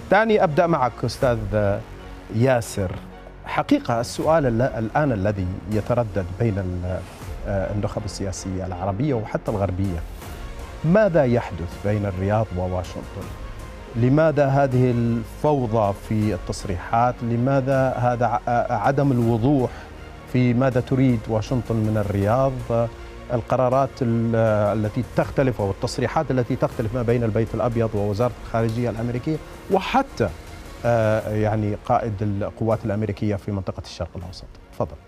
دعني أبدأ معك أستاذ ياسر. حقيقة السؤال الآن الذي يتردد بين النخب السياسية العربية وحتى الغربية: ماذا يحدث بين الرياض وواشنطن؟ لماذا هذه الفوضى في التصريحات؟ لماذا هذا عدم الوضوح في ماذا تريد واشنطن من الرياض؟ القرارات التي تختلف أو التصريحات التي تختلف ما بين البيت الأبيض ووزارة الخارجية الأمريكية وحتى يعني قائد القوات الأمريكية في منطقة الشرق الأوسط. تفضل.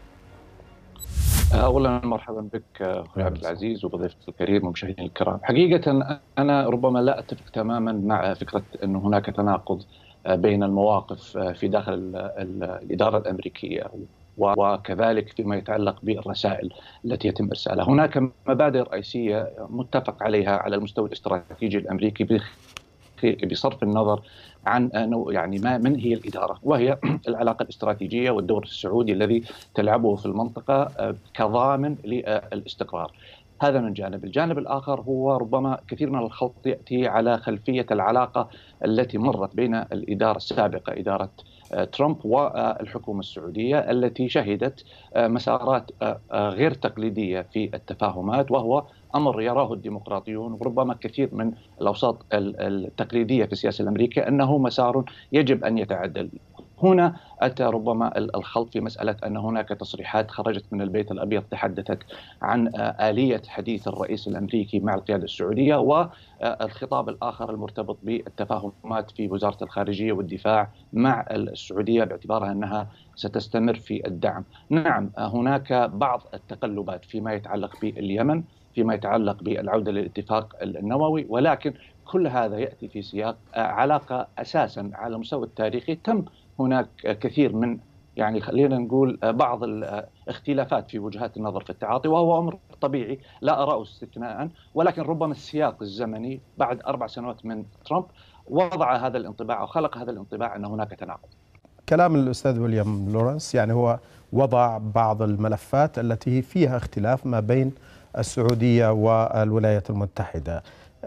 أولا مرحبا بك أخوي عبد العزيز وبضيفك الكريم ومشاهدينا الكرام. حقيقة أنا ربما لا أتفق تماما مع فكرة أن هناك تناقض بين المواقف في داخل الإدارة الأمريكية وكذلك فيما يتعلق بالرسائل التي يتم إرسالها. هناك مبادئ رئيسية متفق عليها على المستوى الاستراتيجي الأمريكي بصرف النظر عن يعني من هي الإدارة، وهي العلاقة الاستراتيجية والدور السعودي الذي تلعبه في المنطقة كضامن للاستقرار. هذا من جانب. الجانب الآخر هو ربما كثير من الخلط يأتي على خلفية العلاقة التي مرت بين الإدارة السابقة، إدارة ترامب، والحكومة السعودية، التي شهدت مسارات غير تقليدية في التفاهمات، وهو أمر يراه الديمقراطيون وربما كثير من الأوساط التقليدية في السياسة الأمريكية أنه مسار يجب أن يتعدل. هنا أتى ربما الخلط في مسألة أن هناك تصريحات خرجت من البيت الأبيض تحدثت عن آلية حديث الرئيس الأمريكي مع القيادة السعودية، والخطاب الآخر المرتبط بالتفاهمات في وزارة الخارجية والدفاع مع السعودية باعتبارها أنها ستستمر في الدعم. نعم، هناك بعض التقلبات فيما يتعلق باليمن، فيما يتعلق بالعودة للاتفاق النووي، ولكن كل هذا يأتي في سياق علاقة أساسا على المستوى التاريخي تم هناك كثير من يعني خلينا نقول بعض الاختلافات في وجهات النظر في التعاطي، وهو أمر طبيعي لا أراه استثناء، ولكن ربما السياق الزمني بعد 4 سنوات من ترامب وضع هذا الانطباع أو خلق هذا الانطباع أن هناك تناقض. كلام الأستاذ ويليام لورنس يعني هو وضع بعض الملفات التي فيها اختلاف ما بين السعودية والولايات المتحدة.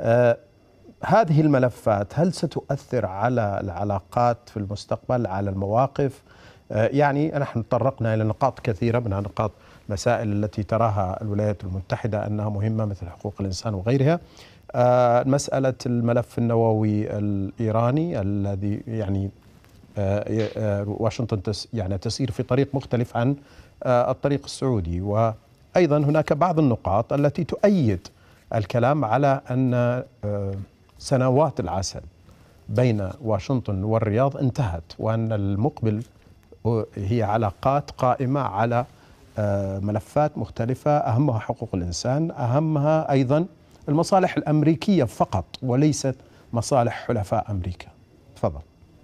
هذه الملفات هل ستؤثر على العلاقات في المستقبل، على المواقف؟ يعني نحن تطرقنا إلى نقاط كثيرة، منها نقاط مسائل التي تراها الولايات المتحدة أنها مهمة مثل حقوق الإنسان وغيرها. مسألة الملف النووي الإيراني الذي يعني واشنطن يعني تسير في طريق مختلف عن الطريق السعودي، وأيضا هناك بعض النقاط التي تؤيد الكلام على أن سنوات العسل بين واشنطن والرياض انتهت، وأن المقبل هي علاقات قائمة على ملفات مختلفة أهمها حقوق الإنسان، أهمها أيضا المصالح الأمريكية فقط وليست مصالح حلفاء أمريكا. تفضل.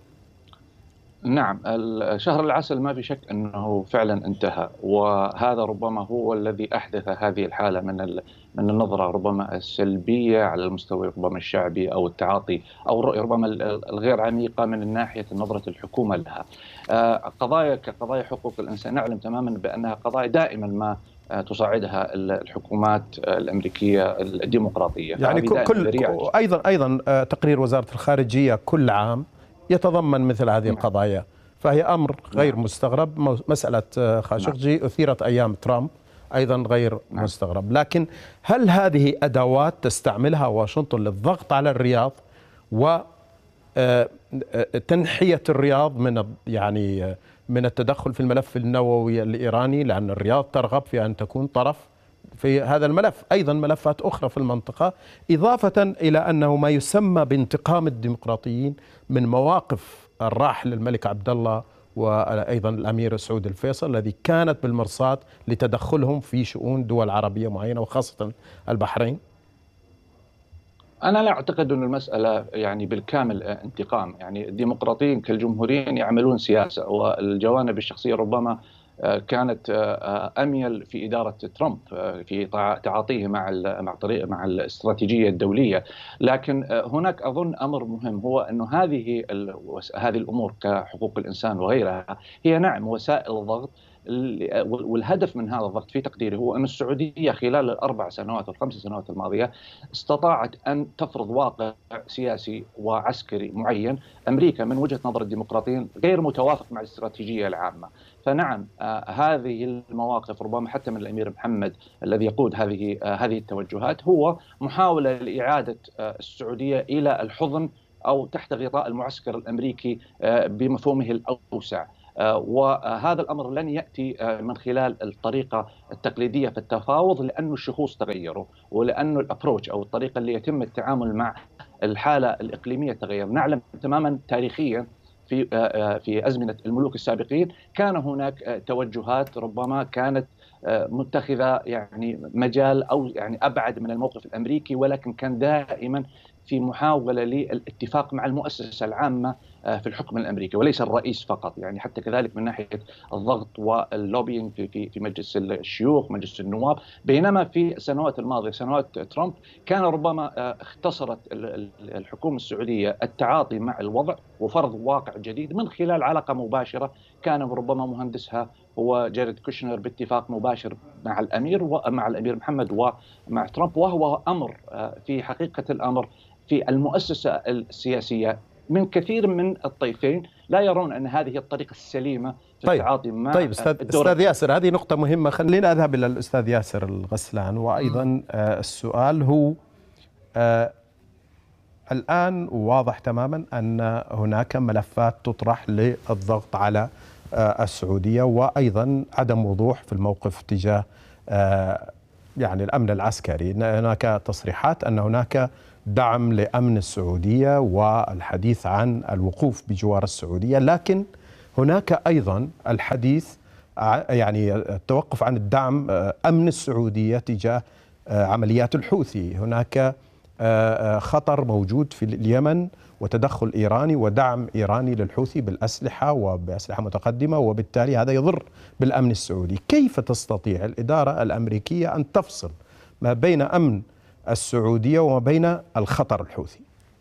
نعم، شهر العسل ما في شك أنه فعلا انتهى، وهذا ربما هو الذي أحدث هذه الحالة من النظرة ربما السلبية على المستوى ربما الشعبي أو التعاطي أو الرؤية ربما الغير عميقة من ناحية نظرة الحكومة لها. قضايا كقضايا حقوق الإنسان نعلم تماما بأنها قضايا دائما ما تصعدها الحكومات الأمريكية الديمقراطية، يعني أيضا تقرير وزارة الخارجية كل عام يتضمن مثل هذه القضايا، فهي أمر غير مستغرب. مسألة خاشقجي أثيرت أيام ترامب أيضا غير مستغرب، لكن هل هذه أدوات تستعملها واشنطن للضغط على الرياض وتنحية الرياض من التدخل في الملف النووي الإيراني، لأن الرياض ترغب في أن تكون طرف في هذا الملف، أيضا ملفات أخرى في المنطقة، إضافة إلى أنه ما يسمى بانتقام الديمقراطيين من مواقف الراحل الملك عبد الله وأيضا الأمير سعود الفيصل الذي كانت بالمرصاد لتدخلهم في شؤون دول عربية معينة وخاصة البحرين؟ أنا لا أعتقد أن المسألة يعني بالكامل انتقام، يعني الديمقراطيين كالجمهوريين يعملون سياسة، والجوانب الشخصية ربما كانت أميل في إدارة ترامب في تعاطيه مع الاستراتيجية الدولية. لكن هناك أظن أمر مهم، هو أن هذه الأمور كحقوق الإنسان وغيرها هي نعم وسائل ضغط والهدف من هذا الضغط في تقديري هو أن السعودية خلال الأربع سنوات والخمس سنوات الماضية استطاعت أن تفرض واقع سياسي وعسكري معين. أمريكا من وجهة نظر الديمقراطيين غير متوافق مع الاستراتيجية العامة. فنعم هذه المواقف ربما حتى من الأمير محمد الذي يقود هذه التوجهات هو محاولة لإعادة السعودية إلى الحضن أو تحت غطاء المعسكر الأمريكي بمفهومه الأوسع. وهذا الأمر لن يأتي من خلال الطريقة التقليدية في التفاوض، لأن الشخوص تغيروا ولأن الأبروتش أو الطريقة اللي يتم التعامل مع الحالة الإقليمية تغير. نعلم تماما تاريخيا في أزمنة الملوك السابقين كان هناك توجهات ربما كانت متخذة يعني مجال أو يعني أبعد من الموقف الأمريكي، ولكن كان دائما في محاولة للاتفاق مع المؤسسة العامة في الحكم الأمريكي وليس الرئيس فقط. يعني حتى كذلك من ناحية الضغط واللوبينج في مجلس الشيوخ مجلس النواب. بينما في السنوات الماضية سنوات ترامب كان ربما اختصرت الحكومة السعودية التعاطي مع الوضع وفرض واقع جديد من خلال علاقة مباشرة كان ربما مهندسها هو جاريد كوشنر باتفاق مباشر مع الأمير محمد ومع ترامب، وهو أمر في حقيقة الأمر في المؤسسة السياسية من كثير من الطيفين لا يرون أن هذه الطريقة السليمة في التعاطي مع أستاذ ياسر، هذه نقطة مهمة. خلينا أذهب إلى الأستاذ ياسر الغسلان. وأيضا السؤال هو الآن واضح تماما أن هناك ملفات تطرح للضغط على السعودية، وأيضا عدم وضوح في الموقف تجاه يعني الأمن العسكري. هناك تصريحات أن هناك دعم لأمن السعودية والحديث عن الوقوف بجوار السعودية، لكن هناك أيضا الحديث يعني التوقف عن الدعم أمن السعودية تجاه عمليات الحوثي. هناك خطر موجود في اليمن وتدخل إيراني ودعم إيراني للحوثي بالأسلحة وبأسلحة متقدمة، وبالتالي هذا يضر بالأمن السعودي. كيف تستطيع الإدارة الأمريكية أن تفصل ما بين أمن السعودية وما بين الخطر الحوثي؟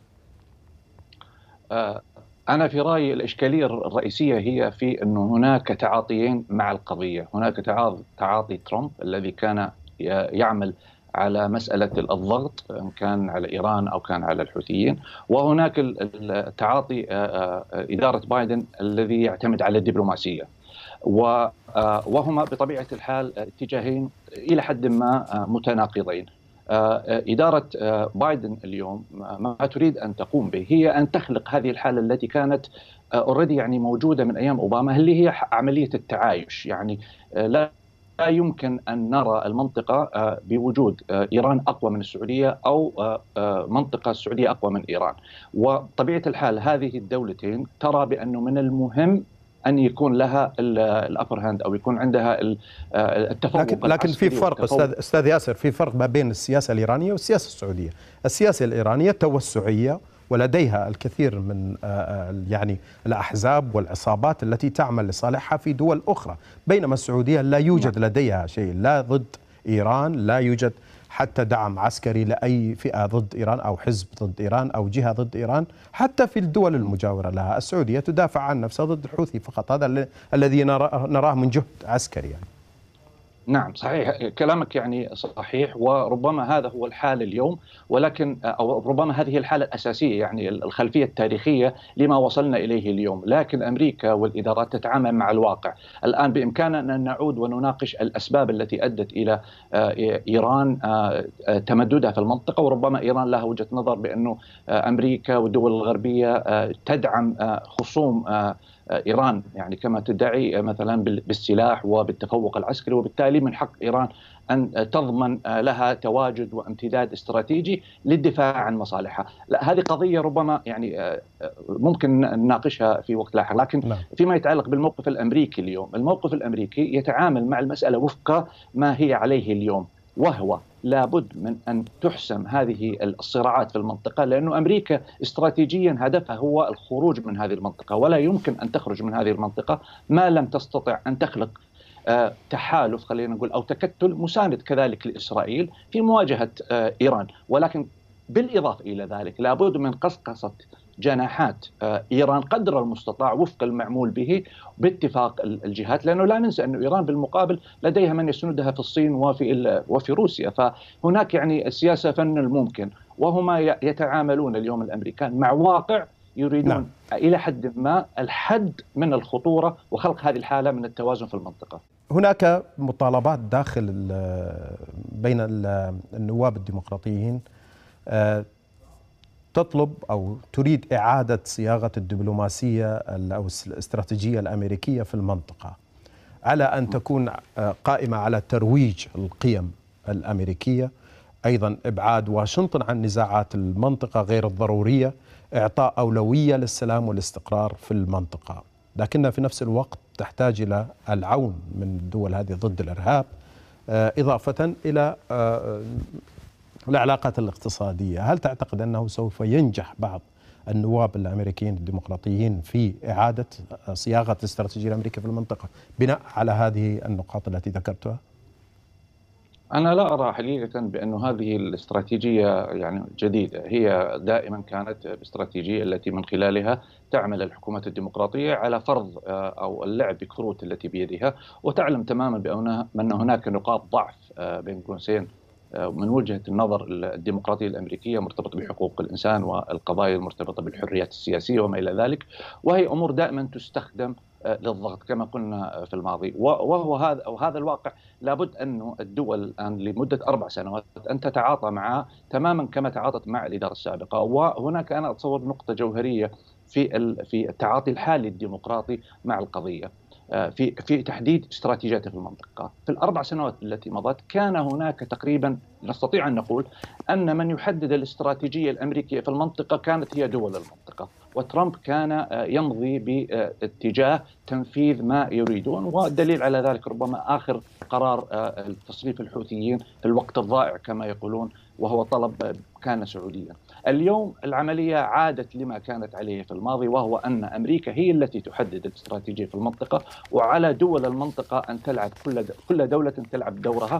أنا في رأيي الإشكالية الرئيسية هي في أن هناك تعاطيين مع القضية. هناك تعاطي ترامب الذي كان يعمل على مسألة الضغط إن كان على إيران أو كان على الحوثيين، وهناك التعاطي إدارة بايدن الذي يعتمد على الدبلوماسية، وهما بطبيعة الحال اتجاهين إلى حد ما متناقضين. إدارة بايدن اليوم ما تريد أن تقوم به هي أن تخلق هذه الحالة التي كانت أوريدي يعني موجودة من أيام أوباما، اللي هي عملية التعايش. يعني لا يمكن أن نرى المنطقة بوجود إيران أقوى من السعودية أو منطقة السعودية أقوى من إيران. وطبيعة الحال هذه الدولتين ترى بأنه من المهم أن يكون لها الأبر هاند أو يكون عندها التفوق. لكن في فرق أستاذ ياسر، في فرق ما بين السياسة الإيرانية والسياسة السعودية. السياسة الإيرانية توسعية ولديها الكثير من يعني الأحزاب والعصابات التي تعمل لصالحها في دول أخرى، بينما السعودية لا يوجد لديها شيء، لا ضد إيران، لا يوجد حتى دعم عسكري لأي فئة ضد إيران أو حزب ضد إيران أو جهة ضد إيران. حتى في الدول المجاورة لها السعودية تدافع عن نفسها ضد الحوثي فقط. هذا الذي نراه من جهد عسكري يعني. نعم صحيح كلامك يعني صحيح، وربما هذا هو الحال اليوم، ولكن أو ربما هذه الحالة الأساسية يعني الخلفية التاريخية لما وصلنا إليه اليوم. لكن أمريكا والإدارات تتعامل مع الواقع. الآن بإمكاننا أن نعود ونناقش الأسباب التي أدت إلى إيران تمددها في المنطقة، وربما إيران لها وجهة نظر بأنه أمريكا والدول الغربية تدعم خصوم إيران يعني كما تدعي مثلا بالسلاح وبالتفوق العسكري، وبالتالي من حق إيران أن تضمن لها تواجد وامتداد استراتيجي للدفاع عن مصالحها. لا هذه قضية ربما يعني ممكن نناقشها في وقت لاحق. لكن فيما يتعلق بالموقف الأمريكي اليوم، الموقف الأمريكي يتعامل مع المسألة وفق ما هي عليه اليوم، وهو لابد من أن تحسم هذه الصراعات في المنطقة، لأنه أمريكا استراتيجيا هدفها هو الخروج من هذه المنطقة، ولا يمكن أن تخرج من هذه المنطقة ما لم تستطع أن تخلق تحالف خلينا نقول أو تكتل مساند كذلك لإسرائيل في مواجهة إيران. ولكن بالإضافة إلى ذلك لابد من قصقصة جناحات إيران قدر المستطاع وفق المعمول به باتفاق الجهات، لأنه لا ننسى أن إيران بالمقابل لديها من يسندها في الصين وفي روسيا، فهناك يعني السياسة فن الممكن، وهما يتعاملون اليوم الأمريكان مع واقع يريدون نعم. إلى حد ما الحد من الخطورة وخلق هذه الحالة من التوازن في المنطقة. هناك مطالبات داخل بين النواب الديمقراطيين تطلب أو تريد إعادة صياغة الدبلوماسية أو الاستراتيجية الأمريكية في المنطقة على أن تكون قائمة على ترويج القيم الأمريكية، أيضا إبعاد واشنطن عن نزاعات المنطقة غير الضرورية، إعطاء أولوية للسلام والاستقرار في المنطقة، لكنها في نفس الوقت تحتاج إلى العون من الدول هذه ضد الإرهاب، إضافة إلى العلاقات الاقتصادية. هل تعتقد أنه سوف ينجح بعض النواب الأمريكيين الديمقراطيين في إعادة صياغة الاستراتيجية الأمريكية في المنطقة بناء على هذه النقاط التي ذكرتها؟ أنا لا أرى حقيقة بأن هذه الاستراتيجية يعني جديدة، هي دائما كانت استراتيجية التي من خلالها تعمل الحكومات الديمقراطية على فرض أو اللعب بكروت التي بيدها، وتعلم تماما بأن هناك نقاط ضعف بين قوسين من وجهة النظر الديمقراطية الأمريكية مرتبطة بحقوق الإنسان والقضايا المرتبطة بالحريات السياسية وما إلى ذلك، وهي أمور دائما تستخدم للضغط كما قلنا في الماضي، وهذا الواقع لابد أن الدول الآن لمدة 4 سنوات أن تتعاطى معه تماما كما تعاطت مع الإدارة السابقة. وهناك أنا أتصور نقطة جوهرية في التعاطي الحالي الديمقراطي مع القضية في تحديد استراتيجيته في المنطقة. في ال4 سنوات التي مضت كان هناك تقريبا نستطيع أن نقول أن من يحدد الاستراتيجية الأمريكية في المنطقة كانت هي دول المنطقة، وترامب كان يمضي باتجاه تنفيذ ما يريدون، والدليل على ذلك ربما آخر قرار تصريف الحوثيين في الوقت الضائع كما يقولون، وهو طلب كان سعوديا. اليوم العملية عادت لما كانت عليه في الماضي، وهو أن أمريكا هي التي تحدد الاستراتيجية في المنطقة، وعلى دول المنطقة أن تلعب كل دولة تلعب دورها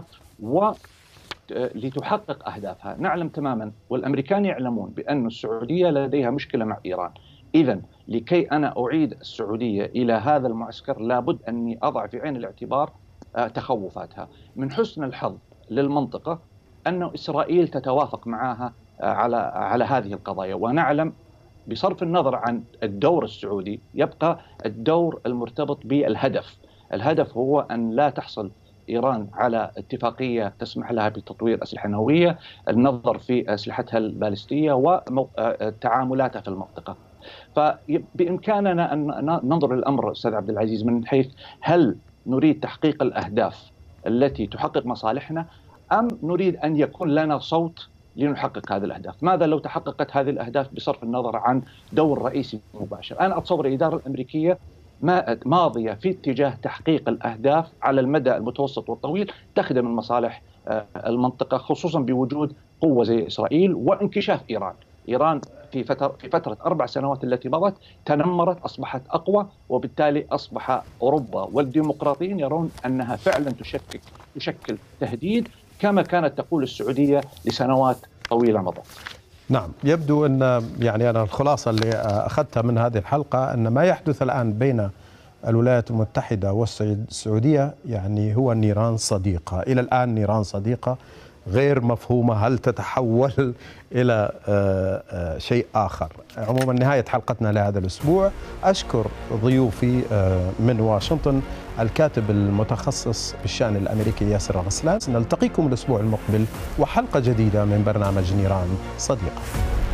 لتحقق أهدافها. نعلم تماما والأمريكان يعلمون بأن السعودية لديها مشكلة مع إيران، إذن لكي أنا أعيد السعودية إلى هذا المعسكر لابد أني أضع في عين الاعتبار تخوفاتها. من حسن الحظ للمنطقة أن إسرائيل تتوافق معها على هذه القضايا، ونعلم بصرف النظر عن الدور السعودي يبقى الدور المرتبط بالهدف. الهدف هو أن لا تحصل إيران على اتفاقية تسمح لها بتطوير أسلحة نووية، النظر في أسلحتها البالستية وتعاملاتها في المنطقة. فبإمكاننا أن ننظر للأمر أستاذ عبد العزيز من حيث هل نريد تحقيق الأهداف التي تحقق مصالحنا، أم نريد أن يكون لنا صوت لنحقق هذه الأهداف. ماذا لو تحققت هذه الأهداف بصرف النظر عن دور رئيسي مباشر؟ أنا أتصور الإدارة الأمريكية ماضية في اتجاه تحقيق الأهداف على المدى المتوسط والطويل تخدم المصالح المنطقة، خصوصا بوجود قوة زي إسرائيل وانكشاف إيران. إيران في فترة 4 سنوات التي مضت تنمرت، أصبحت أقوى، وبالتالي أصبح أوروبا والديمقراطيين يرون أنها فعلا تشكل تهديد كما كانت تقول السعودية لسنوات طويلة مضت. نعم، يبدو أن يعني أنا الخلاصة اللي أخذتها من هذه الحلقة أن ما يحدث الآن بين الولايات المتحدة والسعودية يعني هو نيران صديقة، إلى الآن نيران صديقة غير مفهومة، هل تتحول إلى شيء آخر؟ عموما نهاية حلقتنا لهذا الأسبوع، أشكر ضيوفي من واشنطن الكاتب المتخصص بالشأن الأمريكي ياسر غسلان. نلتقيكم الأسبوع المقبل وحلقة جديدة من برنامج نيران صديقة.